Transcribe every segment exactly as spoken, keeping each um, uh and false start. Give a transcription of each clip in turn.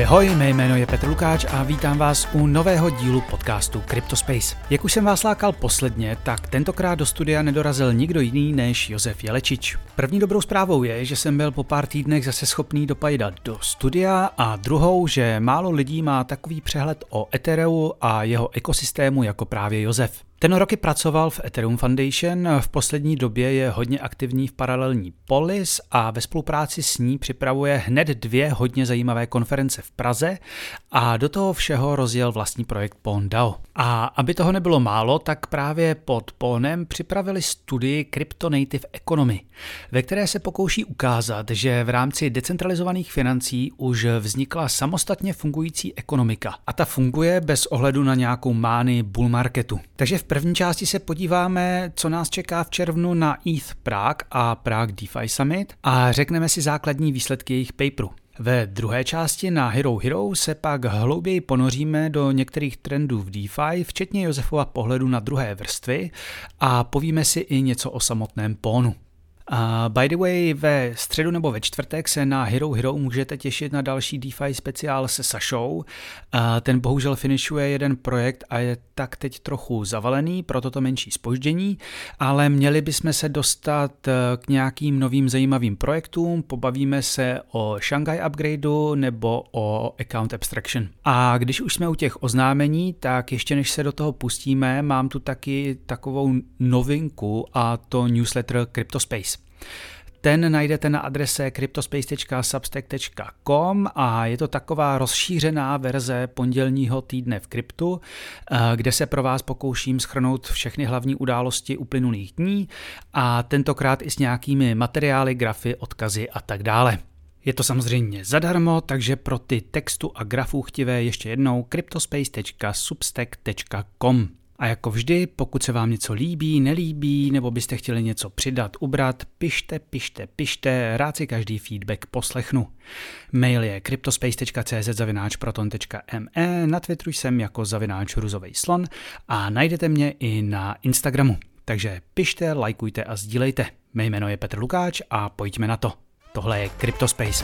Ahoj, ahoj, mé jméno je Petr Lukáč a vítám vás u nového dílu podcastu CryptoSpace. Jak už jsem vás lákal posledně, tak tentokrát do studia nedorazil nikdo jiný než Josef Jelečič. První dobrou zprávou je, že jsem byl po pár týdnech zase schopný dopajdat do studia, a druhou, že málo lidí má takový přehled o Ethereu a jeho ekosystému jako právě Josef. Ten roky pracoval v Ethereum Foundation, v poslední době je hodně aktivní v paralelní Polis a ve spolupráci s ní připravuje hned dvě hodně zajímavé konference v Praze a do toho všeho rozjel vlastní projekt PwnDAO. A aby toho nebylo málo, tak právě pod Pwnem připravili studii Crypto Native Economy, ve které se pokouší ukázat, že v rámci decentralizovaných financí už vznikla samostatně fungující ekonomika a ta funguje bez ohledu na nějakou mány bull marketu. Takže v první části se podíváme, co nás čeká v červnu na E T H Prague a Prague DeFi Summit a řekneme si základní výsledky jejich paperu. Ve druhé části na Hero Hero se pak hlouběji ponoříme do některých trendů v DeFi, včetně Josefova pohledu na druhé vrstvy, a povíme si i něco o samotném Pwnu. A by the way, ve středu nebo ve čtvrtek se na Hero Hero můžete těšit na další DeFi speciál se Sašou. A ten bohužel finišuje jeden projekt a je tak teď trochu zavalený, proto to menší zpoždění, ale měli bychom se dostat k nějakým novým zajímavým projektům, pobavíme se o Shanghai upgradeu nebo o account abstraction. A když už jsme u těch oznámení, tak ještě než se do toho pustíme, mám tu taky takovou novinku, a to newsletter CryptoSpace. Ten najdete na adrese cryptospace tečka substack tečka com a je to taková rozšířená verze pondělního týdne v kryptu, kde se pro vás pokouším shrnout všechny hlavní události uplynulých dní a tentokrát i s nějakými materiály, grafy, odkazy a tak dále. Je to samozřejmě zadarmo, takže pro ty textu a grafů chtivé ještě jednou cryptospace tečka substack tečka com. A jako vždy, pokud se vám něco líbí, nelíbí, nebo byste chtěli něco přidat, ubrat, pište, pište, pište, rád si každý feedback poslechnu. Mail je cryptospace tečka cz zavináč proton tečka me, na Twitteru jsem jako zavináč růzovej slon a najdete mě i na Instagramu. Takže pište, lajkujte a sdílejte. Mé jméno je Petr Lukáč a pojďme na to. Tohle je CryptoSpace.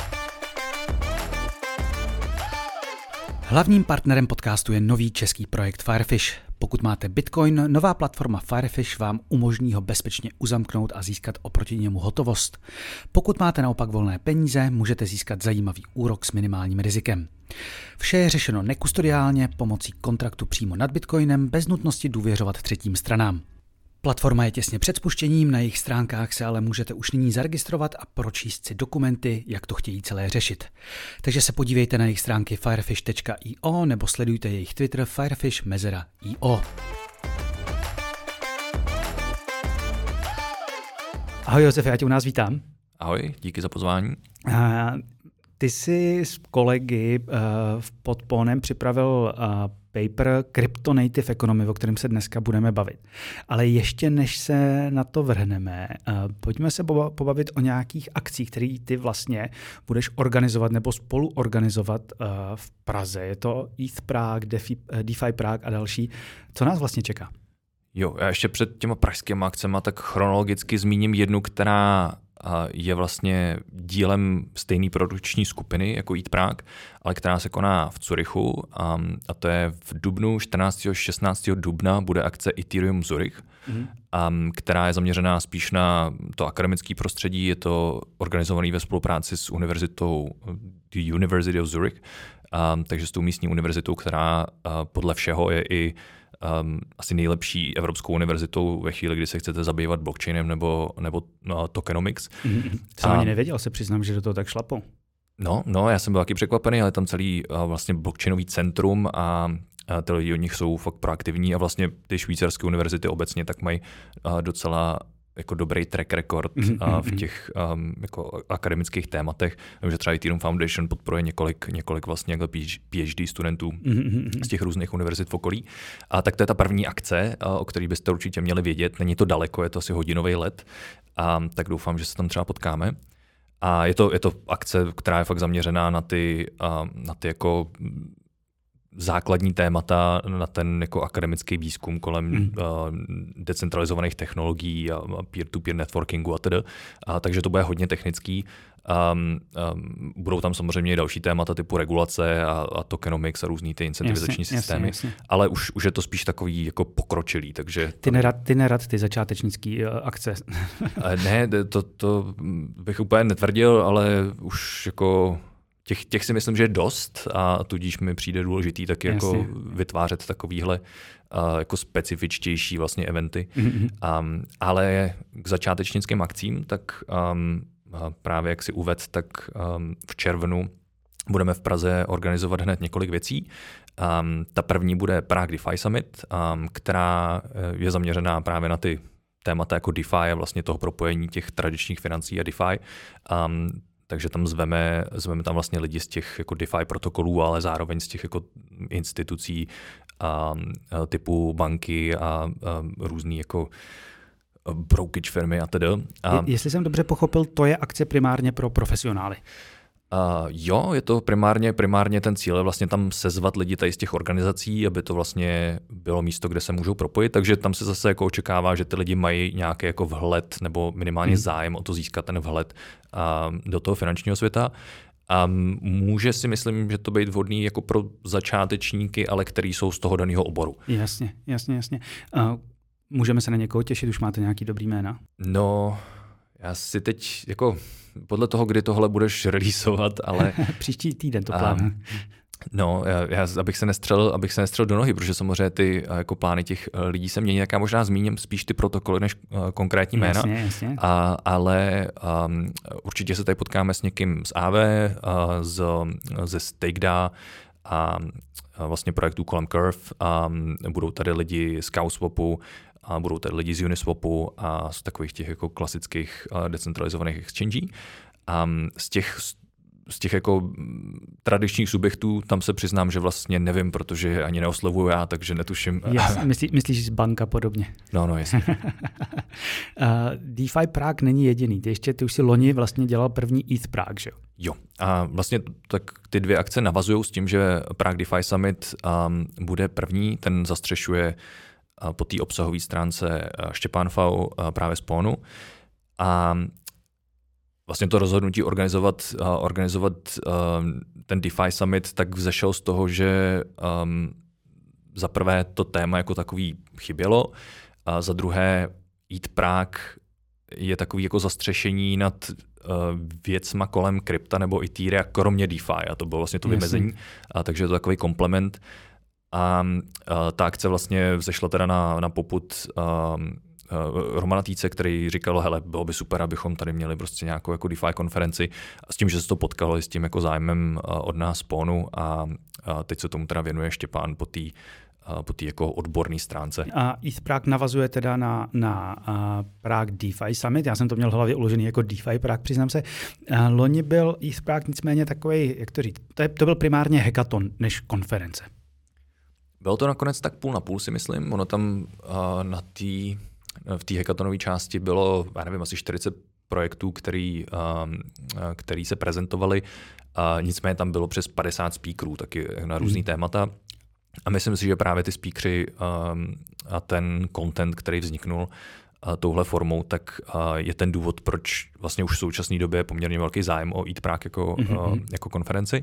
Hlavním partnerem podcastu je nový český projekt Firefish. Pokud máte Bitcoin, nová platforma Firefish vám umožní ho bezpečně uzamknout a získat oproti němu hotovost. Pokud máte naopak volné peníze, můžete získat zajímavý úrok s minimálním rizikem. Vše je řešeno nekustodiálně pomocí kontraktu přímo nad Bitcoinem bez nutnosti důvěřovat třetím stranám. Platforma je těsně před spuštěním, na jejich stránkách se ale můžete už nyní zaregistrovat a pročíst si dokumenty, jak to chtějí celé řešit. Takže se podívejte na jejich stránky firefish tečka io nebo sledujte jejich Twitter firefish mezera io. Ahoj Josef, já tě u nás vítám. Ahoj, díky za pozvání. A ty jsi s kolegy uh, pod Pwnem připravil uh, paper Crypto Native Economy, o kterém se dneska budeme bavit. Ale ještě než se na to vrhneme, uh, pojďme se pobavit o nějakých akcích, které ty vlastně budeš organizovat nebo spoluorganizovat uh, v Praze. Je to E T H Prague, DeFi, uh, DeFi Prague a další. Co nás vlastně čeká? Jo, já ještě před těma pražskými akcemi tak chronologicky zmíním jednu, která je vlastně dílem stejné produkční skupiny jako E T H Prague, ale která se koná v Curychu, a, a to je v dubnu, čtrnáctého až šestnáctého dubna bude akce Ethereum Zurich, mm-hmm. a, která je zaměřená spíš na to akademické prostředí, je to organizovaný ve spolupráci s univerzitou The University of Zurich, a, takže s tou místní univerzitou, která a, podle všeho je i Um, asi nejlepší evropskou univerzitou ve chvíli, kdy se chcete zabývat blockchainem nebo, nebo no, tokenomics. Mm-hmm. Jsem ani nevěděl, se přiznám, že do toho tak šlapou. No, no, já jsem byl taky překvapený, ale tam celý uh, vlastně blockchainový centrum a, a ty lidi od nich jsou fakt proaktivní a vlastně ty švýcarské univerzity obecně tak mají uh, docela jako dobrý track record mm-hmm. v těch um, jako akademických tématech. Vím, že třeba Ethereum Foundation podporuje několik, několik vlastně jako PhD studentů mm-hmm. z těch různých univerzit v okolí. A tak to je ta první akce, o které byste určitě měli vědět. Není to daleko, je to asi hodinový let. A tak doufám, že se tam třeba potkáme. A je to, je to akce, která je fakt zaměřená na ty, na ty jako základní témata na ten jako akademický výzkum kolem hmm. uh, decentralizovaných technologií a peer-to-peer networkingu a tedy. A takže to bude hodně technický. Um, um, budou tam samozřejmě i další témata typu regulace a, a tokenomics a různý ty incentivizační jasně, systémy, jasně, jasně. ale už, už je to spíš takový jako pokročilý. Takže ty, nerad, ty nerad ty začátečnický uh, akce. Ne, to, to bych úplně netvrdil, ale už jako těch, těch si myslím, že je dost a tudíž mi přijde důležitý taky jako vytvářet takovýhle uh, jako specifičtější vlastně eventy. Mm-hmm. Um, ale k začátečnickým akcím, tak um, právě jak si uved, tak um, v červnu budeme v Praze organizovat hned několik věcí. Um, ta první bude Prague DeFi Summit, um, která je zaměřená právě na ty témata jako DeFi a vlastně toho propojení těch tradičních financí a DeFi. Um, takže tam zveme, zveme tam vlastně lidi z těch jako DeFi protokolů, ale zároveň z těch jako institucí um, typu banky a um, různý jako brokerage firmy a tedy. A jestli jsem dobře pochopil, to je akce primárně pro profesionály. Uh, jo, je to primárně, primárně ten cíl je vlastně tam sezvat lidi tady z těch organizací, aby to vlastně bylo místo, kde se můžou propojit, takže tam se zase jako očekává, že ty lidi mají nějaký jako vhled nebo minimálně hmm. zájem o to získat ten vhled uh, do toho finančního světa. A může si myslím, že to být vhodný jako pro začátečníky, ale který jsou z toho daného oboru. Jasně, jasně, jasně. Uh, můžeme se na někoho těšit, už máte nějaký dobrý jména? No, já si teď jako podle toho, kdy tohle budeš releaseovat, ale... Příští týden to plánuji. No, já, já, abych se nestřelil, abych se nestřelil do nohy, protože samozřejmě ty jako plány těch lidí se mění, tak já možná zmíním spíš ty protokoly než uh, konkrétní jména. Jasně, jasně. A, ale um, určitě se tady potkáme s někým z A V, uh, z, ze StakeDA a uh, vlastně projektů kolem Curve. Um, budou tady lidi z CowSwapu, a budou tady lidi z Uniswapu a z takových těch jako klasických uh, decentralizovaných exchange. Um, z těch z těch jako tradičních subjektů tam se přiznám, že vlastně nevím, protože ani neoslovuju já, takže netuším. Yes, myslí, myslíš z banka podobně? No, no, jasně. uh, DeFi Prague není jediný. Ty ještě, ty už si loni vlastně dělal první E T H Prague, že jo? Jo. A vlastně tak ty dvě akce navazují s tím, že Prague DeFi Summit um, bude první, ten zastřešuje uh, po té obsahové stránce uh, Štěpán Fau uh, právě z Ponu. A vlastně to rozhodnutí organizovat, uh, organizovat uh, ten DeFi Summit tak vzešel z toho, že um, za prvé to téma jako takový chybělo, a za druhé E T H Prague je takový jako zastřešení nad uh, věcma kolem krypta nebo Etherea, kromě DeFi, a to bylo vlastně to vymezení, a takže je to takový komplement. A uh, ta akce vlastně vzešla teda na, na popud uh, Romana Týce, který říkal, hele, bylo by super, abychom tady měli prostě nějakou jako DeFi konferenci, a s tím, že se to potkalo i s tím jako zájmem od nás Ponu, a, a teď se tomu teda věnuje Štěpán po té po té jako odborné stránce. A E T H Prague navazuje teda na, na uh, Prague DeFi Summit. Já jsem to měl v hlavě uložený jako DeFi Prague, přiznám se. Uh, loni byl E T H Prague nicméně takový, jak to říct, to, je, to byl primárně hackathon než konference. Bylo to nakonec tak půl na půl, si myslím. Ono tam uh, na té v té hackathonové části bylo, já nevím, asi čtyřicet projektů, který, um, který se prezentovali. Uh, nicméně tam bylo přes padesát speakerů taky na různý hmm. témata. A myslím si, že právě ty speakery um, a ten content, který vzniknul uh, touhle formou, tak uh, je ten důvod, proč vlastně už v současné době je poměrně velký zájem o E T H Prague jako, mm-hmm. uh, jako konferenci.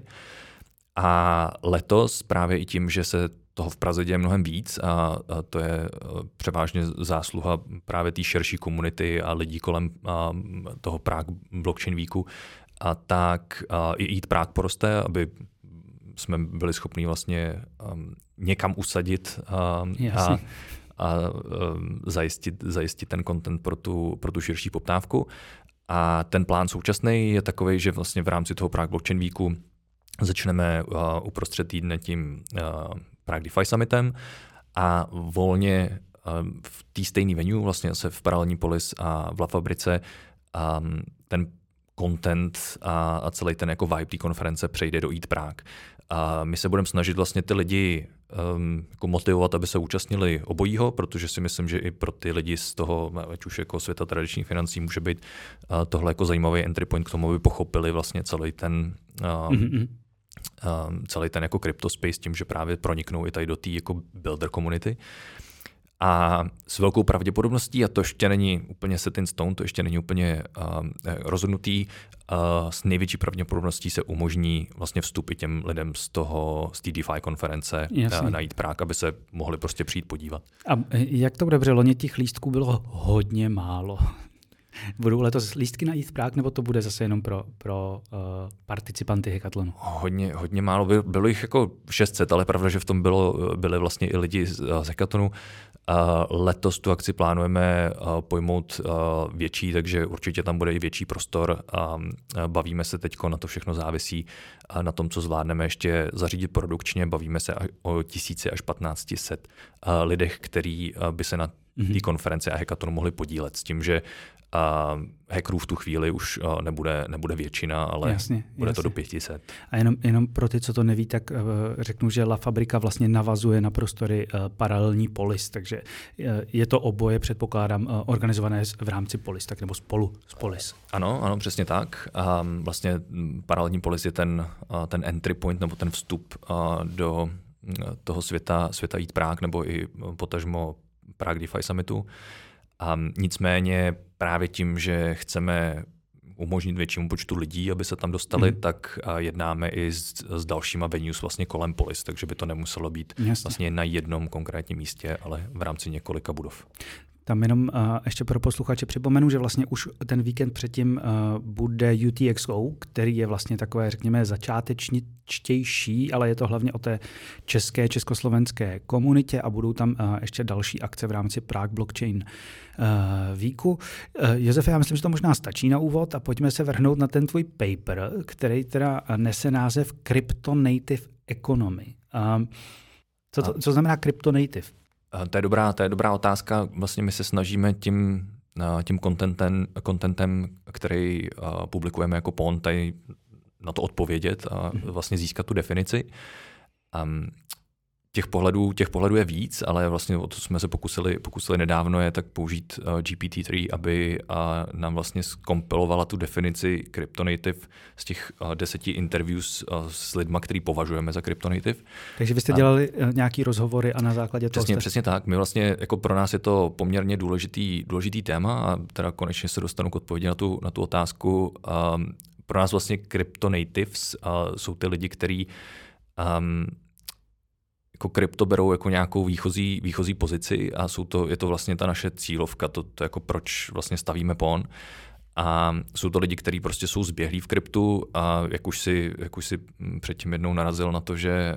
A letos právě i tím, že se toho v Praze děje mnohem víc, a, a to je převážně zásluha právě té širší komunity a lidí kolem a, toho Prague Blockchain Weeku, a tak a, i E T H Prague poroste, aby jsme byli schopni vlastně um, někam usadit a, a, a um, zajistit, zajistit ten content pro tu, pro tu širší poptávku. A ten plán současný je takový, že vlastně v rámci toho Prague Blockchain Weeku začneme uh, uprostřed týdne tím uh, Prague DeFi Summitem a volně uh, v té stejné venue, vlastně se v Paralelní Polis a v La Fabrice, um, ten content a, a celý ten jako vibe té konference přejde do E T H Prague. A my se budeme snažit vlastně ty lidi um, jako motivovat, aby se účastnili obojího, protože si myslím, že i pro ty lidi z toho, ať už jako světa tradičních financí, může být uh, tohle jako zajímavý entry point k tomu, aby pochopili vlastně celý ten uh, mm-hmm. celý ten jako CryptoSpace tím, že právě proniknou i tady do té jako builder komunity. A s velkou pravděpodobností, a to ještě není úplně set in stone, to ještě není úplně uh, rozhodnutý, uh, s největší pravděpodobností se umožní vlastně vstupy těm lidem z toho, z té DeFi konference uh, najít Prague, aby se mohli prostě přijít podívat. A jak to bude, protože loni těch lístků bylo hodně málo. Budou letos lístky na ETH Prague, nebo to bude zase jenom pro, pro uh, participanty hackathonu? Hodně, hodně málo. Bylo, bylo jich jako šest set, ale pravda, že v tom bylo, byli vlastně i lidi z, z hackathonu. Uh, letos tu akci plánujeme uh, pojmout uh, větší, takže určitě tam bude i větší prostor. Uh, bavíme se teď, na to všechno závisí uh, na tom, co zvládneme ještě zařídit produkčně. Bavíme se o tisíci až patnácti set uh, lidech, který uh, by se na mm-hmm. té konferenci a hackathonu mohli podílet s tím, že a hackerů v tu chvíli už uh, nebude, nebude většina, ale jasně, bude jasně. to do pěti set. A jenom, jenom pro ty, co to neví, tak uh, řeknu, že La Fabrika vlastně navazuje na prostory uh, paralelní Polis, takže uh, je to oboje, předpokládám, uh, organizované v rámci Polis, tak nebo spolu s Polis. Ano, ano, přesně tak. A vlastně paralelní Polis je ten, uh, ten entry point nebo ten vstup uh, do toho světa, světa ETH Prague nebo i potažmo Prague DeFi Summitu. A nicméně právě tím, že chceme umožnit většímu počtu lidí, aby se tam dostali, mm. tak jednáme i s, s dalšíma venues vlastně kolem Polis, takže by to nemuselo být Jasně. vlastně na jednom konkrétním místě, ale v rámci několika budov. Tam jenom uh, ještě pro posluchače připomenu, že vlastně už ten víkend předtím uh, bude U T X O, který je vlastně takové, řekněme, začátečnější, ale je to hlavně o té české, československé komunitě a budou tam uh, ještě další akce v rámci Prague Blockchain uh, Weeku. Uh, Josefe, já myslím, že to možná stačí na úvod a pojďme se vrhnout na ten tvůj paper, který teda nese název Crypto Native Economy. Uh, co, to, co znamená Crypto Native? To je dobrá, to je dobrá otázka. Vlastně my se snažíme tím, tím contentem, contentem, který publikujeme jako Pond, tady na to odpovědět a vlastně získat tu definici. Um, těch pohledů, těch pohledů je víc, ale vlastně o to jsme se pokusili, pokusili nedávno je tak použít uh, G P T tři, aby uh, nám vlastně zkompilovala tu definici cryptonative z těch uh, deseti interviews uh, s lidma, který považujeme za cryptonative. Takže vy jste dělali uh, nějaký rozhovory a na základě toho přesně, jste... Přesně tak. My vlastně, jako pro nás je to poměrně důležitý, důležitý téma a teda konečně se dostanu k odpovědi na tu, na tu otázku. Um, pro nás vlastně cryptonatives uh, jsou ty lidi, kteří um, jako krypto berou jako nějakou výchozí, výchozí pozici a jsou to, je to vlastně ta naše cílovka, to, to jako proč vlastně stavíme Pon. A jsou to lidi, kteří prostě jsou zběhlí v kryptu a jak už si, jak už si předtím jednou narazil na to, že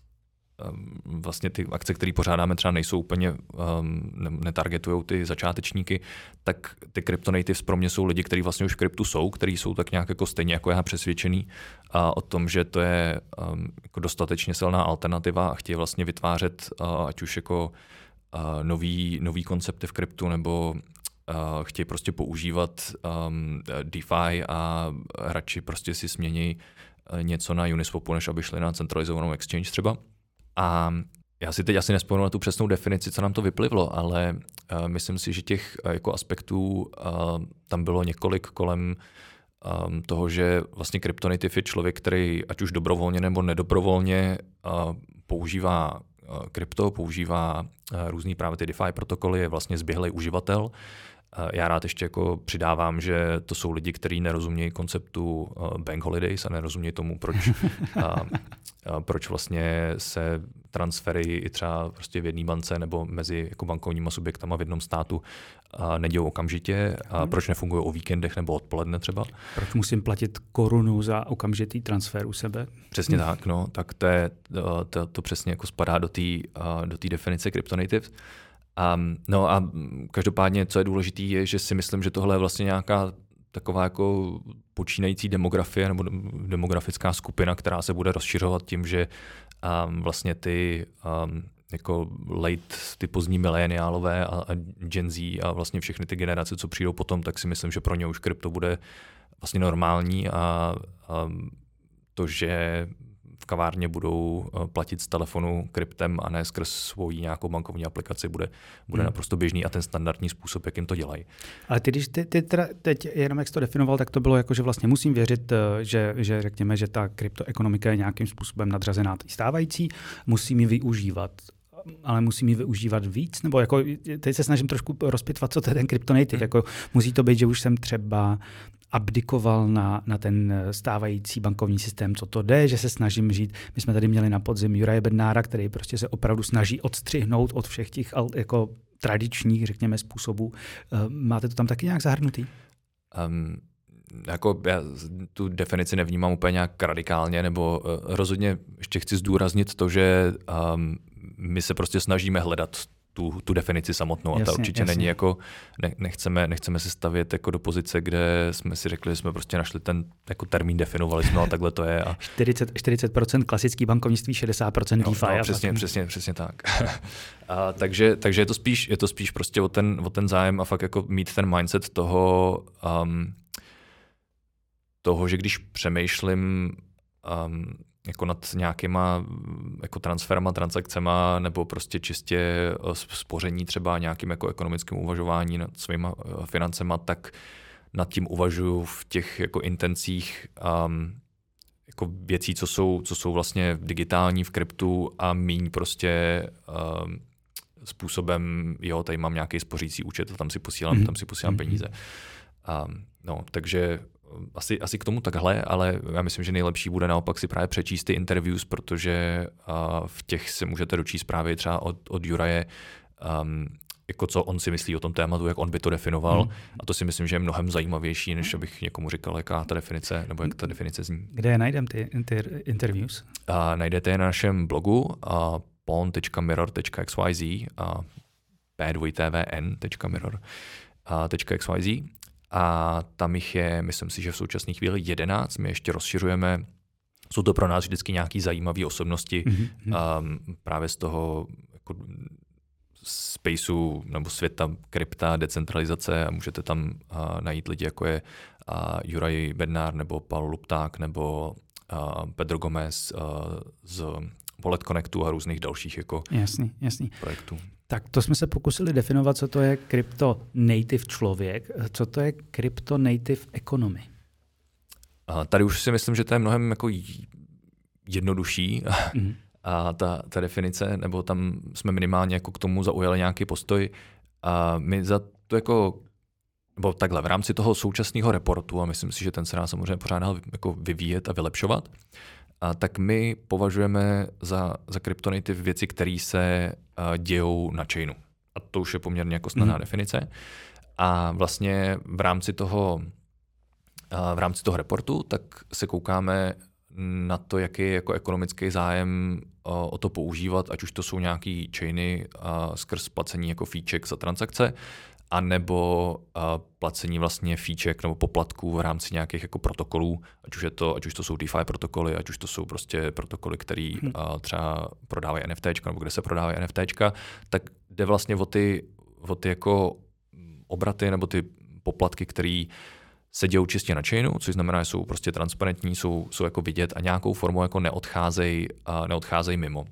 vlastně ty akce, které pořádáme, třeba nejsou úplně, um, netargetujou ty začátečníky, tak ty cryptonatives pro mě jsou lidi, kteří vlastně už v kryptu jsou, kteří jsou tak nějak jako stejně jako já přesvědčený a o tom, že to je um, jako dostatečně silná alternativa a chtějí vlastně vytvářet uh, ať už jako uh, nový, nový koncepty v kryptu nebo uh, chtějí prostě používat um, DeFi a radši prostě si smění uh, něco na Uniswapu, než aby šli na centralizovanou exchange třeba. A já si teď asi nespomenu na tu přesnou definici, co nám to vyplivlo, ale uh, myslím si, že těch uh, jako aspektů uh, tam bylo několik kolem um, toho, že vlastně cryptonative je člověk, který ať už dobrovolně nebo nedobrovolně uh, používá uh, krypto, používá uh, různý právě ty DeFi protokoly, je vlastně zběhlej uživatel. Uh, já rád ještě jako přidávám, že to jsou lidi, kteří nerozumějí konceptu uh, bank holidays a nerozumějí tomu, proč uh, proč vlastně se transfery i třeba prostě v jedné bance nebo mezi jako bankovníma subjektama v jednom státu nedějou okamžitě, a proč nefungují o víkendech nebo odpoledne třeba. Proč musím platit korunu za okamžitý transfer u sebe? Přesně hmm. tak, no, tak to, je, to, to přesně jako spadá do té do té definice cryptonatives. Um, no a každopádně, co je důležité, je, že si myslím, že tohle je vlastně nějaká taková jako počínající demografie nebo demografická skupina, která se bude rozšiřovat tím, že um, vlastně ty um, jako late, ty pozdní mileniálové a, a Gen Z a vlastně všechny ty generace, co přijdou potom, tak si myslím, že pro ně už krypto bude vlastně normální a, a to, že v kavárně budou platit z telefonu kryptem a ne skrz svoji nějakou bankovní aplikaci, bude, bude hmm. naprosto běžný a ten standardní způsob, jak jim to dělají. Ale ty, když ty, ty teda teď jenom jak jsi to definoval, tak to bylo jako, že vlastně musím věřit, že, že řekněme, že ta kryptoekonomika je nějakým způsobem nadřazená stávající, musím ji využívat. Ale musím ji využívat víc? Nebo jako, teď se snažím trošku rozpitvat, co to je ten kryptonative. Hmm. Jako, musí to být, že už jsem třeba abdikoval na, na ten stávající bankovní systém, co to jde, že se snažím žít. My jsme tady měli na podzim Juraje Bednára, který prostě se opravdu snaží odstřihnout od všech těch jako tradičních, řekněme, způsobů. Máte to tam taky nějak zahrnutý? Um, jako já tu definici nevnímám úplně nějak radikálně, nebo uh, rozhodně ještě chci zdůraznit to, že um, my se prostě snažíme hledat tu, tu definici samotnou. Jasně, a ta určitě jasně. není jako, ne, nechceme, nechceme se stavět jako do pozice, kde jsme si řekli, že jsme prostě našli ten jako termín, definovali jsme, a takhle to je. A čtyřicet procent klasický bankovnictví, šedesát procent DeFi. No, no, přesně, přesně, přesně tak. a takže, takže je to spíš, je to spíš prostě o ten, o ten zájem a fakt jako mít ten mindset toho, um, toho, že když přemýšlím um, jako nad nějakýma jako transferama, transakcema nebo prostě čistě spoření třeba nějakým jako ekonomickým uvažování nad svýma financema, tak nad tím uvažuji v těch jako intencích um, jako věcí, co jsou, co jsou vlastně digitální v kryptu a míň prostě um, způsobem, jo, tady mám nějaký spořící účet a tam si posílám, mm. tam si posílám mm. peníze. Um, no, takže Asi, asi k tomu takhle, ale já myslím, že nejlepší bude naopak si právě přečíst ty interviews, protože uh, v těch se můžete dočíst právě třeba od, od Juraje, um, jako co on si myslí o tom tématu, jak on by to definoval. Hmm. A to si myslím, že je mnohem zajímavější, než abych někomu říkal, jaká ta definice, nebo jak ta definice zní. Kde je najdem ty inter- interviews? Uh, najdete je na našem blogu uh, pon tečka mirror tečka xyz a p dvě t v n tečka mirror tečka xyz. A tam jich je, myslím si, že v současné chvíli jedenáct. My ještě rozšiřujeme. Jsou to pro nás vždycky nějaké zajímavé osobnosti mm-hmm. um, právě z toho jako spaceu nebo světa krypta, decentralizace a můžete tam uh, najít lidi, jako je uh, Juraj Bednár nebo Paul Lupták nebo uh, Pedro Gomez uh, z Wallet Connectu a různých dalších jako jasný, jasný. projektů. Tak to jsme se pokusili definovat, co to je crypto native člověk, co to je crypto native economy. A tady už si myslím, že to je mnohem jako jednodušší mm. a ta, ta definice, nebo tam jsme minimálně jako k tomu zaujali nějaký postoj. A my za to jako, nebo takhle, v rámci toho současného reportu, a myslím si, že ten se dá samozřejmě pořád dál jako vyvíjet a vylepšovat, a tak my považujeme za, za cryptonative věci, které se uh, dějou na chainu. A to už je poměrně jako snadná mm. definice. A vlastně v rámci toho, uh, v rámci toho reportu tak se koukáme na to, jaký je jako ekonomický zájem uh, o to používat, ať už to jsou nějaký chainy uh, skrz placení jako fíček za transakce, a nebo uh, placení vlastně fíček nebo poplatků v rámci nějakých jako protokolů, ať už, je to, ať už to jsou DeFi protokoly, ať už to jsou prostě protokoly, které hmm. uh, třeba prodávají NFTčka nebo kde se prodávají NFTčka, tak jde vlastně o ty, o ty jako obraty nebo ty poplatky, které se dějou čistě na chainu, což znamená, že jsou prostě transparentní, jsou, jsou jako vidět a nějakou formou jako neodcházejí uh, neodcházej mimo.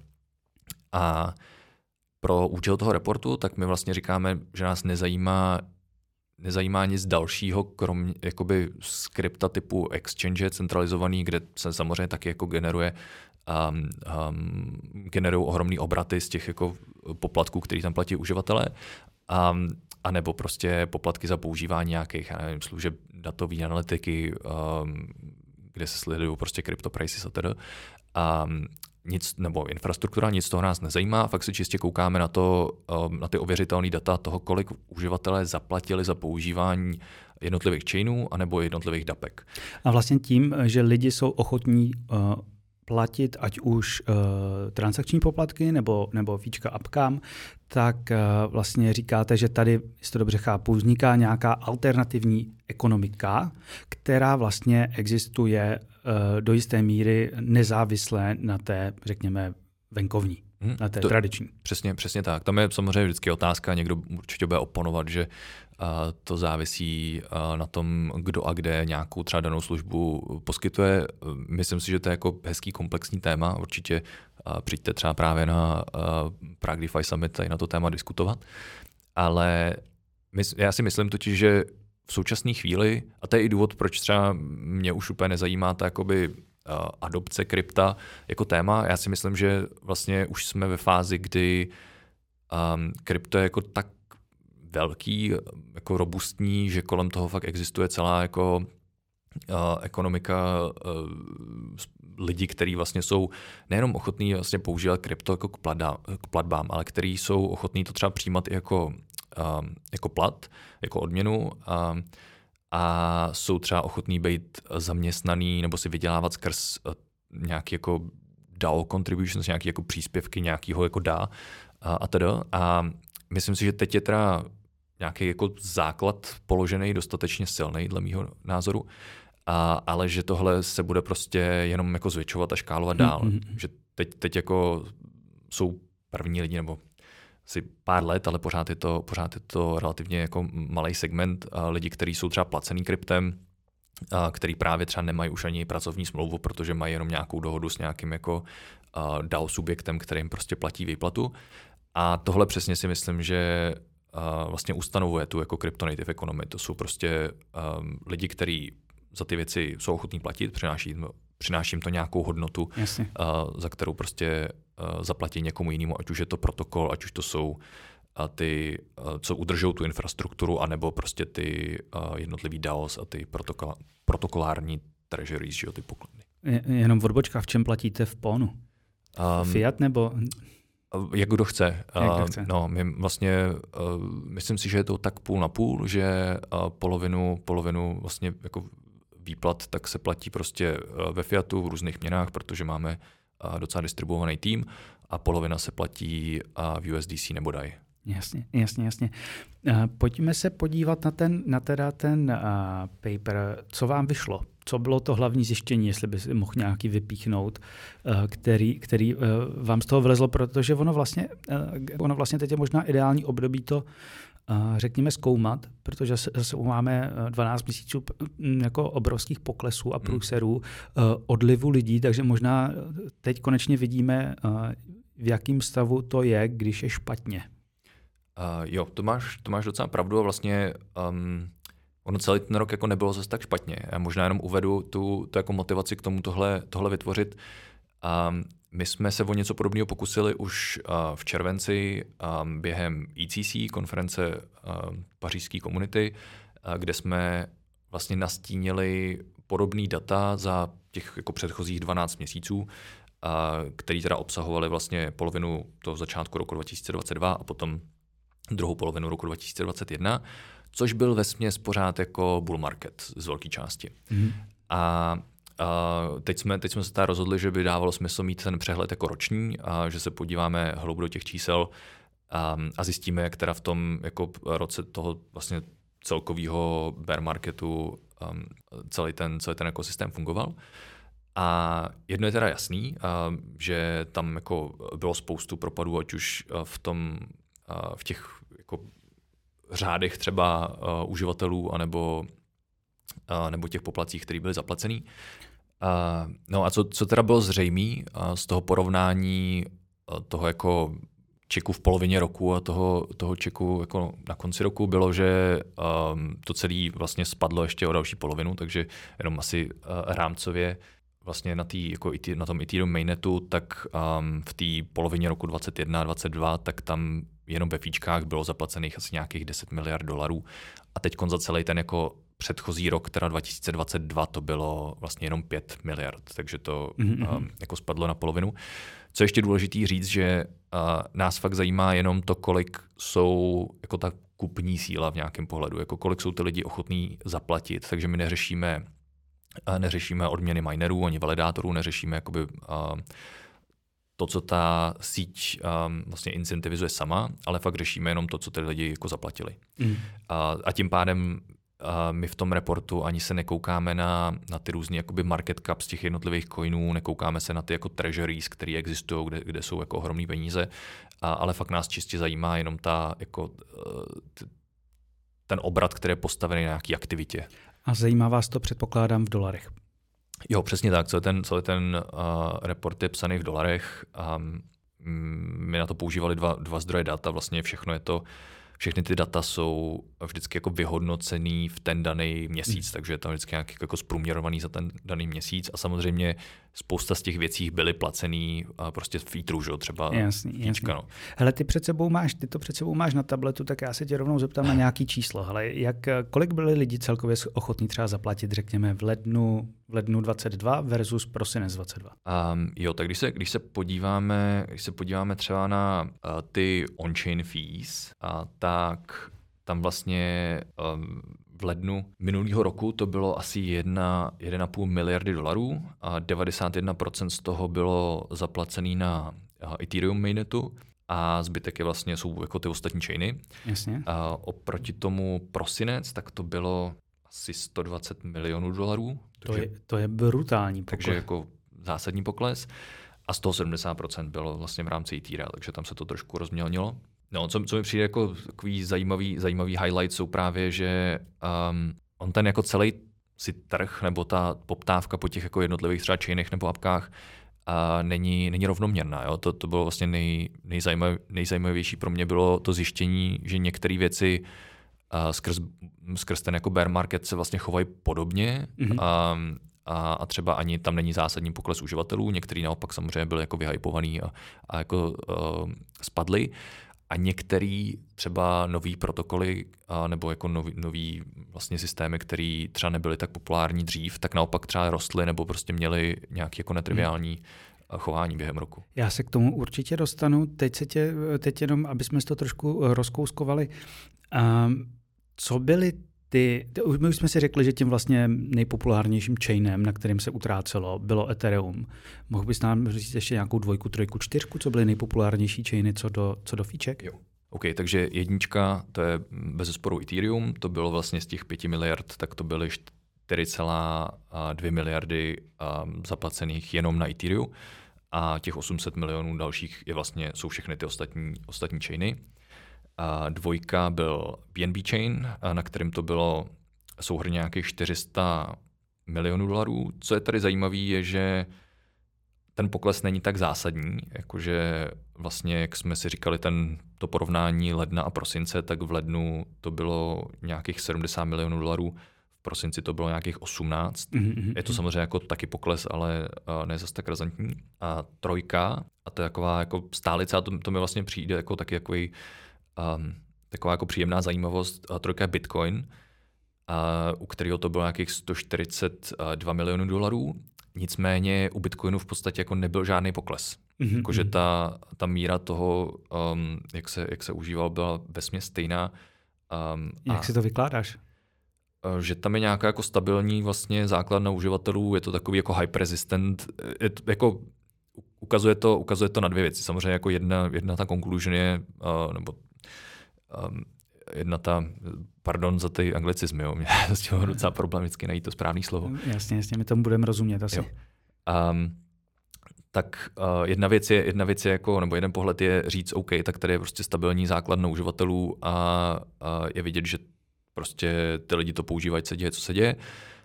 A pro účel toho reportu, tak my vlastně říkáme, že nás nezajímá, nezajímá nic dalšího, kromě jakoby skripta typu exchange centralizovaný, kde se samozřejmě taky jako generuje um, um, generují ohromný obraty z těch jako poplatků, který tam platí uživatelé, um, a nebo prostě poplatky za používání nějakých, já nevím, služeb datové analytiky, um, kde se sledují prostě cryptoprices a teda. Um, nic, nebo infrastruktura, nic toho nás nezajímá, fakt se čistě koukáme na to, na ty ověřitelné data toho, kolik uživatelé zaplatili za používání jednotlivých chainů anebo jednotlivých dapek. A vlastně tím, že lidi jsou ochotní uh, platit ať už uh, transakční poplatky nebo, nebo fíčka apkám, tak uh, vlastně říkáte, že tady, jestli to dobře chápu, vzniká nějaká alternativní ekonomika, která vlastně existuje uh, do jisté míry nezávisle na té, řekněme, venkovní, hmm, na té to, tradiční. Přesně, přesně tak. Tam je samozřejmě vždycky otázka, někdo určitě bude oponovat, že to závisí na tom, kdo a kde nějakou třeba danou službu poskytuje. Myslím si, že to je jako hezký komplexní téma. Určitě přijďte třeba právě na Prague DeFi Summit tady na to téma diskutovat. Ale já si myslím totiž, že v současné chvíli, a to je i důvod, proč třeba mě už úplně nezajímá ta jakoby adopce krypta jako téma. Já si myslím, že vlastně už jsme ve fázi, kdy um, krypto je jako tak velký, jako robustní, že kolem toho fakt existuje celá jako uh, ekonomika uh, lidí, kteří vlastně jsou nejenom ochotní vlastně používat krypto jako k, plada, k platbám, ale kteří jsou ochotní to třeba přijímat i jako, uh, jako plat, jako odměnu uh, a jsou třeba ochotní být zaměstnaný nebo si vydělávat skrz uh, nějaký jako D A O contributions, nějaký jako příspěvky nějakýho jako D A uh, a teda. A myslím si, že teď je teda nějaký jako základ položený dostatečně silný, dle mýho názoru, a, ale že tohle se bude prostě jenom jako zvětšovat a škálovat dál. Mm-hmm. Že teď, teď jako jsou první lidi, nebo asi pár let, ale pořád je to, pořád je to relativně jako malý segment a lidi, kteří jsou třeba placený kryptem, a který právě třeba nemají už ani pracovní smlouvu, protože mají jenom nějakou dohodu s nějakým jako D A O subjektem, který jim prostě platí výplatu. A tohle přesně si myslím, že uh, vlastně ustanovuje tu jako crypto-native economy. To jsou prostě um, lidi, kteří za ty věci jsou ochotní platit, přináší, přináší jim to nějakou hodnotu, uh, za kterou prostě uh, zaplatí někomu jinému, ať už je to protokol, ať už to jsou uh, ty, uh, co udržou tu infrastrukturu, anebo prostě ty uh, jednotlivý D A Os a ty protokol, protokolární treasuries, že jo, ty poklady. Jenom odbočka, v čem platíte v Ponu? Um, Fiat nebo... Jak kdo chce. Jak kdo chce. No, my vlastně, myslím si, že je to tak půl na půl, že polovinu, polovinu vlastně jako výplat tak se platí prostě ve fiatu v různých měnách, protože máme docela distribuovaný tým, a polovina se platí v U S D C nebo D A I. Jasně, jasně, jasně. Pojďme se podívat na ten, na teda ten uh, paper. Co vám vyšlo? Co bylo to hlavní zjištění, jestli by si mohl nějaký vypíchnout, uh, který, který uh, vám z toho vylezlo, protože ono vlastně, uh, ono vlastně teď je možná ideální období to, uh, řekněme, zkoumat, protože zase máme dvanáct měsíců jako obrovských poklesů a průserů, uh, odlivu lidí, takže možná teď konečně vidíme, uh, v jakém stavu to je, když je špatně. Uh, jo, to máš, to máš docela pravdu a vlastně um, ono celý ten rok jako nebylo zase tak špatně. Já možná jenom uvedu tu, tu jako motivaci k tomu tohle, tohle vytvořit. Um, my jsme se o něco podobného pokusili už uh, v červenci um, během E C C, konference uh, pařížské komunity, uh, kde jsme vlastně nastínili podobný data za těch jako předchozích dvanáct měsíců, uh, který teda obsahovali vlastně polovinu toho začátku roku dva tisíce dvacet dva a potom druhou polovinu roku dva tisíce dvacet jedna, což byl vesměs pořád jako bull market z velké části. Mm. A, a teď, jsme, teď jsme se teda rozhodli, že by dávalo smysl mít ten přehled jako roční, a že se podíváme hlouběji do těch čísel a, a zjistíme, jak teda v tom jako roce toho vlastně celkového bear marketu um, celý ten, celý ten ekosystém fungoval. A jedno je teda jasný, a, že tam jako bylo spoustu propadů, ať už v tom v těch jako řádech třeba uh, uživatelů anebo, uh, nebo těch poplacích, které byly zaplacený. Uh, no a co, co teda bylo zřejmé uh, z toho porovnání uh, toho jako čeku v polovině roku a toho, toho čeku jako na konci roku bylo, že um, to celé vlastně spadlo ještě o další polovinu, takže jenom asi uh, rámcově vlastně na, tý, jako na tom Ethereum mainnetu, tak um, v té polovině roku dvacet jedna dvacet dva, tak tam jenom ve fíčkách bylo zaplacených asi nějakých deset miliard dolarů. A teď za celý ten jako předchozí rok, teda dva tisíce dvacet dva, to bylo vlastně jenom pět miliard, takže to mm-hmm. um, jako spadlo na polovinu. Co je ještě důležitý říct, že uh, nás fakt zajímá jenom to, kolik jsou jako ta kupní síla v nějakém pohledu, jako kolik jsou ty lidi ochotní zaplatit, takže my neřešíme neřešíme odměny minerů ani validátorů, neřešíme jakoby, uh, to, co ta síť um, vlastně incentivizuje sama, ale fakt řešíme jenom to, co ty lidi jako zaplatili. Mm. Uh, a tím pádem uh, my v tom reportu ani se nekoukáme na, na ty různý jakoby market caps těch jednotlivých coinů, nekoukáme se na ty jako treasuries, které existují, kde, kde jsou jako ohromné peníze, uh, ale fakt nás čistě zajímá jenom ta jako, uh, t, ten obrat, který je postavený na nějaké aktivitě. A zajímá vás to, předpokládám, v dolarech. Jo, přesně tak. Celý ten, celý ten uh, report je psaný v dolarech. Um, my na to používali dva, dva zdroje data. Vlastně všechno je to, všechny ty data jsou vždycky jako vyhodnocený v ten daný měsíc, hmm. takže je tam vždycky nějaký jako zprůměrovaný za ten daný měsíc a samozřejmě spousta z těch věcí byly placený a prostě v featuru, že jo, třeba jasný, fíčka, jasný. No. Hele, ty před sebou máš, ty to před sebou máš na tabletu, tak já se tě rovnou zeptám na nějaký číslo. Hele, jak, kolik byli lidi celkově ochotní třeba zaplatit, řekněme, v lednu, v lednu dvacet dva versus prosinec dvacet dva? Um, jo, tak když se, když se podíváme, když se podíváme třeba na uh, ty on-chain fees, uh, tak tam vlastně um, v lednu minulého roku to bylo asi jedna, jedna celá pět miliardy dolarů a devadesát jedna procent z toho bylo zaplacený na uh, Ethereum mainnetu a zbytek je vlastně jsou jako ty ostatní chainy. Jasně. A oproti tomu prosinec, tak to bylo asi sto dvacet milionů dolarů. To je, to je brutální pokles. Takže jako zásadní pokles. A z toho sedmdesát procent bylo vlastně v rámci Ethereum, takže tam se to trošku rozmělnilo. No, co, co mi přijde jako takový zajímavý, zajímavý highlight jsou právě, že um, on ten jako celý si trh nebo ta poptávka po těch jako jednotlivých třeba chainech nebo apkách a není, není rovnoměrná. Jo? To, to bylo vlastně nej, nejzajímav, nejzajímavější pro mě bylo to zjištění, že některé věci uh, skrz, skrz ten jako bear market se vlastně chovají podobně mm-hmm. a, a, a třeba ani tam není zásadní pokles uživatelů. Některý naopak samozřejmě byli jako vyhypovaný a, a jako uh, spadly. A některé třeba nový protokoly a nebo jako nový, nový vlastně systémy, které třeba nebyly tak populární dřív, tak naopak třeba rostly nebo prostě měly nějaké jako netriviální hmm. chování během roku. Já se k tomu určitě dostanu. Teď, se tě, teď jenom, aby jsme to trošku rozkouskovali. Um, co byly ty, my už jsme si řekli, že tím vlastně nejpopulárnějším chainem, na kterým se utrácelo, bylo Ethereum. Mohl bys nám říct ještě nějakou dvojku, trojku, čtyřku, co byly nejpopulárnější chainy co do, co do fíček? Jo. OK, takže jednička, to je bezesporu Ethereum, to bylo vlastně z těch pěti miliard, tak to byly čtyři celá dvě miliardy um, zaplacených jenom na Ethereum a těch osm set milionů dalších je vlastně, jsou všechny ty ostatní, ostatní chainy. A dvojka byl B N B chain, na kterém to bylo souhrnně nějakých čtyři sta milionů dolarů. Co je tady zajímavé, je, že ten pokles není tak zásadní, jakože vlastně, jak jsme si říkali, ten, to porovnání ledna a prosince, tak v lednu to bylo nějakých sedmdesát milionů dolarů, v prosinci to bylo nějakých osmnáct. Mm-hmm. Je to samozřejmě jako taky pokles, ale ne zase tak razantní. A trojka, a to je taková jako stálice, a to, to mi vlastně přijde jako taky takový Um, taková jako příjemná zajímavost, a trojka je Bitcoin, a u kterého to bylo nějakých sto čtyřicet dva milionů dolarů. Nicméně u Bitcoinu v podstatě jako nebyl žádný pokles. Mm-hmm. Jakože ta, ta míra toho, um, jak, se, jak se užíval, byla vesměs stejná. Um, jak si to vykládáš? Že tam je nějaká jako stabilní vlastně základna uživatelů, je to takový jako hyper resistant, je to jako ukazuje to, ukazuje to na dvě věci. Samozřejmě jako jedna, jedna ta conclusion je, uh, nebo Um, jedna ta, pardon za ty anglicizmy, jo, mě s tím docela problém vždycky najít to správné slovo. Jasně, jasně, my tomu budeme rozumět asi. Um, tak uh, jedna věc je, jedna věc je jako, nebo jeden pohled je říct, OK, tak tady je prostě stabilní základna uživatelů a, a je vidět, že prostě ty lidi to používají, se děje, co se děje.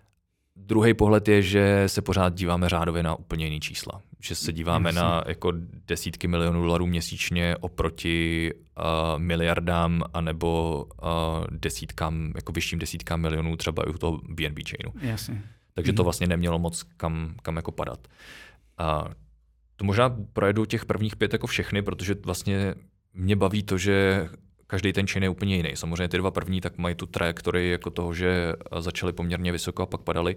Druhý pohled je, že se pořád díváme řádově na úplně jiný čísla. Že se díváme Jasně. na jako desítky milionů dolarů měsíčně oproti uh, miliardám anebo uh, desítkám, jako vyšším desítkám milionů třeba i u toho B N B chainu. Jasně. Takže hmm. to vlastně nemělo moc kam, kam jako padat. A to možná projedu těch prvních pět jako všechny, protože vlastně mě baví to, že každý ten chain je úplně jiný. Samozřejmě ty dva první tak mají tu trajektorii jako toho, že začaly poměrně vysoko a pak padaly.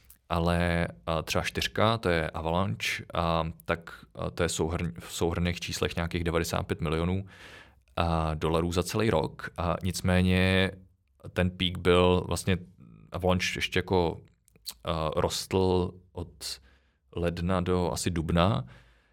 Ale třeba čtyřka, to je Avalanche, a tak to je souhrn, v souhrnných číslech nějakých devadesát pět milionů a dolarů za celý rok. A nicméně ten peak byl vlastně, Avalanche ještě jako uh, rostl od ledna do asi dubna,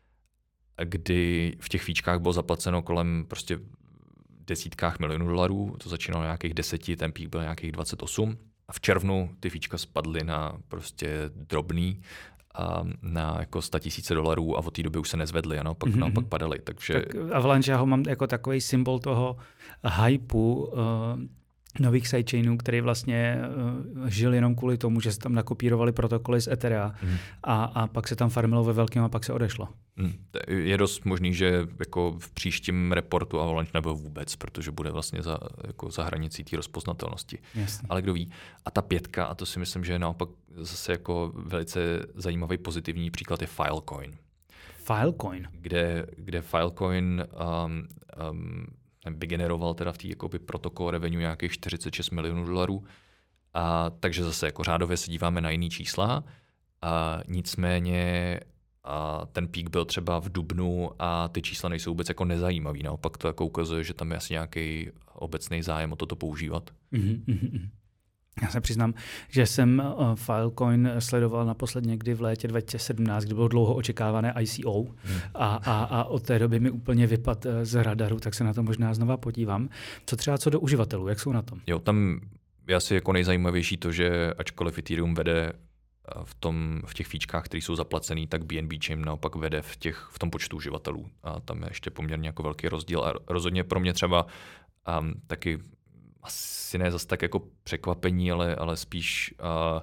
kdy v těch fíčkách bylo zaplaceno kolem prostě desítkách milionů dolarů, to začínalo nějakých deseti, ten pík byl nějakých dvacet osm. A v červnu ty fíčka spadly na prostě drobný, a na jako sto tisíce dolarů a od té doby už se nezvedly, a naopak, mm-hmm. naopak padaly. Takže... Tak Avalanche já ho mám jako takový symbol toho hypeu, uh, nových sidechainů, který vlastně uh, žil jenom kvůli tomu, že se tam nakopírovali protokoly z Etherea mm. a, a pak se tam farmilo ve velkém a pak se odešlo. Mm. Je dost možný, že jako v příštím reportu Avalanche nebyl vůbec, protože bude vlastně za, jako za hranicí té rozpoznatelnosti. Jasně. Ale kdo ví. A ta pětka, a to si myslím, že je naopak zase jako velice zajímavý pozitivní příklad je Filecoin. Filecoin? Kde, kde Filecoin um, um, vygeneroval teda v té jakoby protokol revenue nějakých čtyřicet šest milionů dolarů. A takže zase jako řádově se díváme na jiný čísla. A nicméně a ten pík byl třeba v dubnu a ty čísla nejsou vůbec jako nezajímavý. Naopak to jako ukazuje, že tam je asi nějaký obecný zájem o toto používat. Mm-hmm. Já se přiznám, že jsem uh, Filecoin sledoval naposled někdy v létě dva tisíce sedmnáct, kdy bylo dlouho očekávané I C O hmm. a, a, a od té doby mi úplně vypad z radaru, tak se na to možná znova podívám. Co třeba co do uživatelů, jak jsou na tom? Jo, tam je asi jako nejzajímavější to, že ačkoliv Ethereum vede v, tom, v těch fíčkách, které jsou zaplacený, tak B N B Chain naopak vede v, těch, v tom počtu uživatelů. A tam je ještě poměrně jako velký rozdíl. A rozhodně pro mě třeba um, taky asi ne zase tak jako překvapení, ale, ale spíš, uh,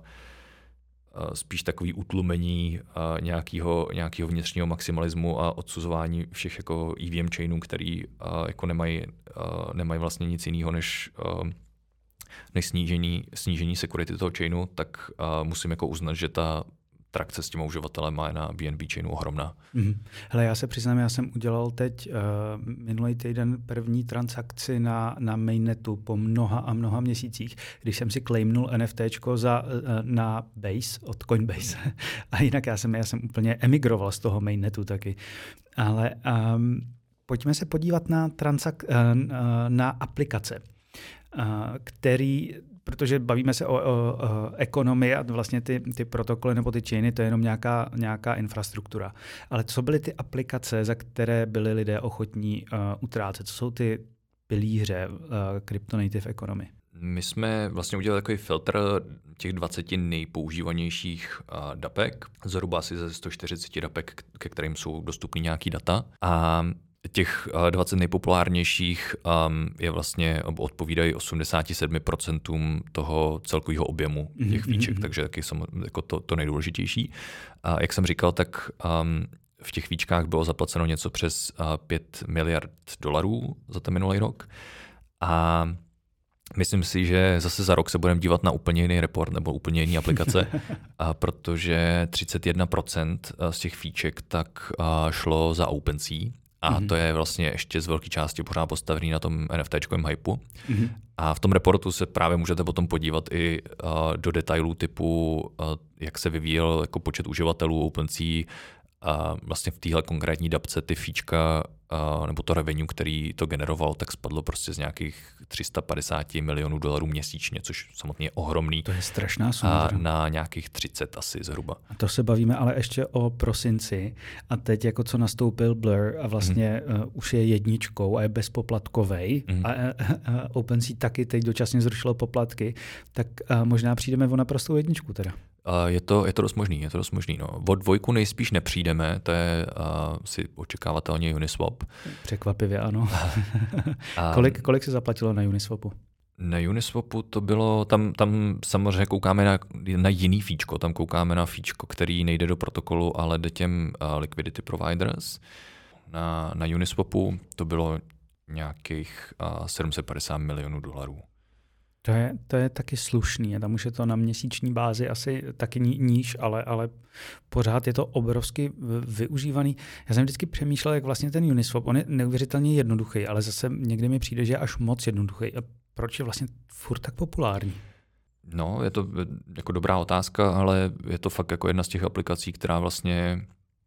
uh, spíš takový utlumení uh, nějakého, nějakého vnitřního maximalismu a odsuzování všech jako E V M chainů, který uh, jako nemají, uh, nemají vlastně nic jiného než, uh, než snížení, snížení security toho chainu, tak uh, musím jako uznat, že ta trakce s těma uživatelema je na B N B chainu ohromná. Mm-hmm. Hele, já se přiznám, já jsem udělal teď uh, minulý týden první transakci na, na mainnetu po mnoha a mnoha měsících, když jsem si claimnul NFTčko za, uh, na Base od Coinbase. A jinak já jsem, já jsem úplně emigroval z toho mainnetu taky. Ale um, pojďme se podívat na, transak- uh, na aplikace, uh, který... Protože bavíme se o, o, o ekonomii a vlastně ty, ty protokoly nebo ty chainy, to je jenom nějaká, nějaká infrastruktura. Ale co byly ty aplikace, za které byli lidé ochotní uh, utrácet? Co jsou ty pilíře uh, crypto-native economy? My jsme vlastně udělali takový filtr těch dvaceti nejpoužívanějších uh, dapek, zhruba asi ze sto čtyřicet dapek, ke kterým jsou dostupný nějaký data. A těch dvacet nejpopulárnějších um, je vlastně odpovídají osmdesát sedm procent toho celkového objemu těch fíček, mm-hmm. takže taky jsem jako to, to nejdůležitější. A jak jsem říkal, tak um, v těch fíčkách bylo zaplaceno něco přes uh, pět miliard dolarů za ten minulý rok. A myslím si, že zase za rok se budeme dívat na úplně jiný report nebo úplně jiný aplikace, a protože třicet jedna procent z těch fíček tak uh, šlo za OpenSea. A mm-hmm. to je vlastně ještě z velké části pořád postavený na tom NFTčkovém hypeu. Mm-hmm. A v tom reportu se právě můžete potom podívat i uh, do detailů typu, uh, jak se vyvíjel jako počet uživatelů OpenSea. A vlastně v téhle konkrétní dapce ty fíčka uh, nebo to revenue, který to generoval, tak spadlo prostě z nějakých tři sta padesát milionů dolarů měsíčně, což samotně je ohromný. To je strašná suma. A na nějakých třicet asi zhruba. A to se bavíme ale ještě o prosinci a teď jako co nastoupil Blur a vlastně mm. uh, už je jedničkou a je bezpoplatkovej mm. a, a, a OpenSea taky teď dočasně zrušilo poplatky, tak uh, možná přijdeme o naprostou jedničku teda. Je to, je to dost možný, je to dost možný. No. O dvojku nejspíš nepřijdeme, to je uh, si očekávatelně Uniswap. Překvapivě ano. a kolik, kolik se zaplatilo na Uniswapu? Na Uniswapu to bylo, tam, tam samozřejmě koukáme na, na jiný fíčko, tam koukáme na fíčko, který nejde do protokolu, ale jde těm uh, liquidity providers. Na, na Uniswapu to bylo nějakých uh, sedm set padesát milionů dolarů. To je, to je taky slušný, a tam už je to na měsíční bázi asi taky níž, ale, ale pořád je to obrovsky využívaný. Já jsem vždycky přemýšlel, jak vlastně ten Uniswap, on je neuvěřitelně jednoduchý, ale zase někdy mi přijde, že je až moc jednoduchý. A proč je vlastně furt tak populární? No, je to jako dobrá otázka, ale je to fakt jako jedna z těch aplikací, která vlastně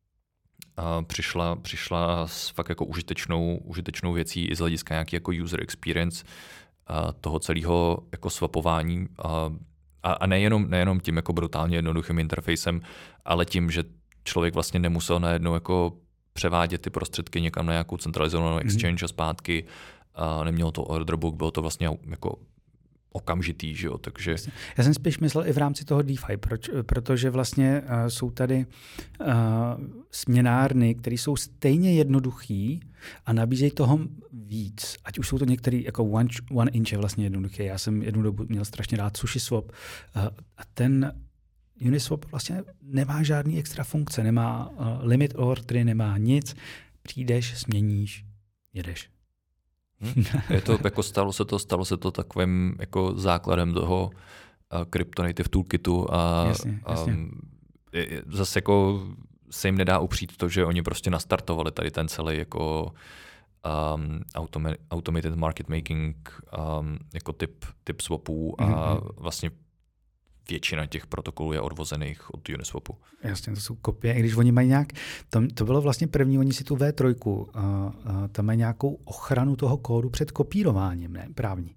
a přišla, přišla s fakt jako užitečnou, užitečnou věcí i z hlediska nějaký jako user experience a toho celého jako swapování a, a nejenom, nejenom tím jako brutálně jednoduchým interfejsem, ale tím, že člověk vlastně nemusel najednou jako převádět ty prostředky někam na nějakou centralizovanou exchange mm-hmm. a zpátky. A nemělo to order book, bylo to vlastně jako okamžitý, že jo, takže... Já jsem spíš myslel i v rámci toho DeFi, proč, protože vlastně uh, jsou tady uh, směnárny, které jsou stejně jednoduchý a nabízejí toho víc. Ať už jsou to některý, jako One, one Inch je vlastně jednoduchý. Já jsem jednu dobu měl strašně rád SushiSwap uh, a ten Uniswap vlastně nemá žádný extra funkce, nemá uh, limit ordery, nemá nic. Přijdeš, směníš, jedeš. Hmm. Je to, jako stalo se to, stalo se to takovým jako základem toho uh, Crypto Native Toolkitu a, jasně, jasně. a zase jako se jim nedá upřít to, že oni prostě nastartovali tady ten celý jako um, automa- automated market making um, jako typ, typ swapů a mm-hmm. vlastně většina těch protokolů je odvozených od Uniswapu. Jasně, to jsou kopie, i když oni mají nějak, to, to bylo vlastně první, oni si tu V tři, uh, uh, tam mají nějakou ochranu toho kódu před kopírováním, ne? Právní.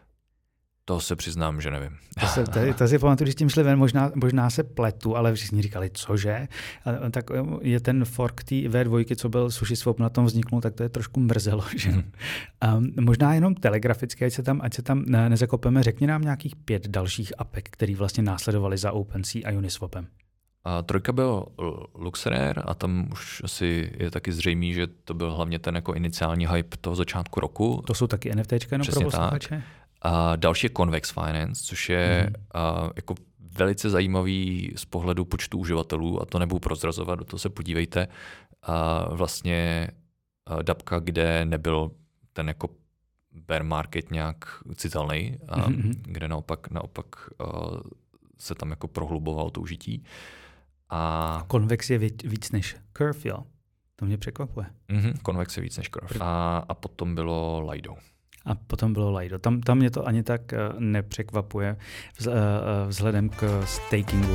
To se přiznám, že nevím. To, se, to, to si pamatuju, když tím šli ven, možná, možná se pletu, ale všichni říkali, cože? A, tak je ten fork té V dva, co byl SushiSwap, na tom vzniknul, tak to je trošku mrzelo. Že? Hmm. Um, možná jenom telegraficky, ať se tam, ať se tam ne, nezakopeme, řekni nám nějakých pět dalších apek, který vlastně následovali za OpenSea a Uniswapem. A trojka byl Luxrare a tam už asi je taky zřejmý, že to byl hlavně ten jako iniciální hype toho začátku roku. To jsou taky NFTčka jenom pro posluchače? A další je Convex Finance, což je mm. uh, jako velice zajímavý z pohledu počtu uživatelů, a to nebudu prozrazovat, do toho se podívejte. Uh, vlastně uh, dapka, kde nebyl ten jako bear market nějak citelný, uh, mm-hmm. kde naopak, naopak uh, se tam jako prohlubovalo to užití. A Convex je víc, víc než Curve, jo? To mě překvapuje. Mm-hmm, Convex je víc než Curve. A, a potom bylo Lido. A potom bylo Lido. Tam, tam mě to ani tak nepřekvapuje vzhledem k stakingu.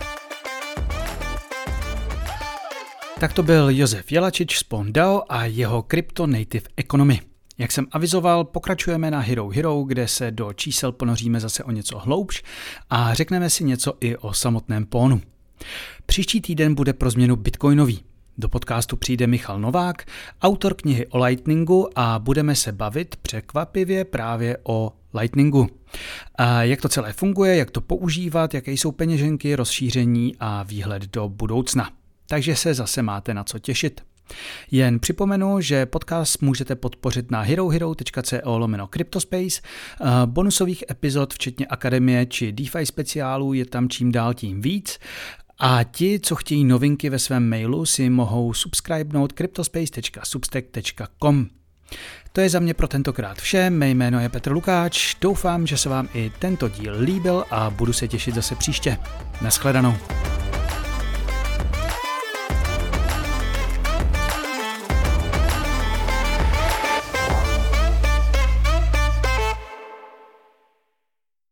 Tak to byl Josef Jelačič z Pondao a jeho Crypto Native Economy. Jak jsem avizoval, pokračujeme na Hero Hero, kde se do čísel ponoříme zase o něco hloubš a řekneme si něco i o samotném pónu. Příští týden bude pro změnu bitcoinový. Do podcastu přijde Michal Novák, autor knihy o Lightningu, a budeme se bavit překvapivě právě o Lightningu. A jak to celé funguje, jak to používat, jaké jsou peněženky, rozšíření a výhled do budoucna. Takže se zase máte na co těšit. Jen připomenu, že podcast můžete podpořit na herohero.co lomeno Cryptospace. Bonusových epizod včetně akademie či DeFi speciálů je tam čím dál tím víc. A ti, co chtějí novinky ve svém mailu, si mohou subscribenout cryptospace tečka substack tečka com. To je za mě pro tentokrát vše, mé jméno je Petr Lukáč, doufám, že se vám i tento díl líbil a budu se těšit zase příště. Naschledanou.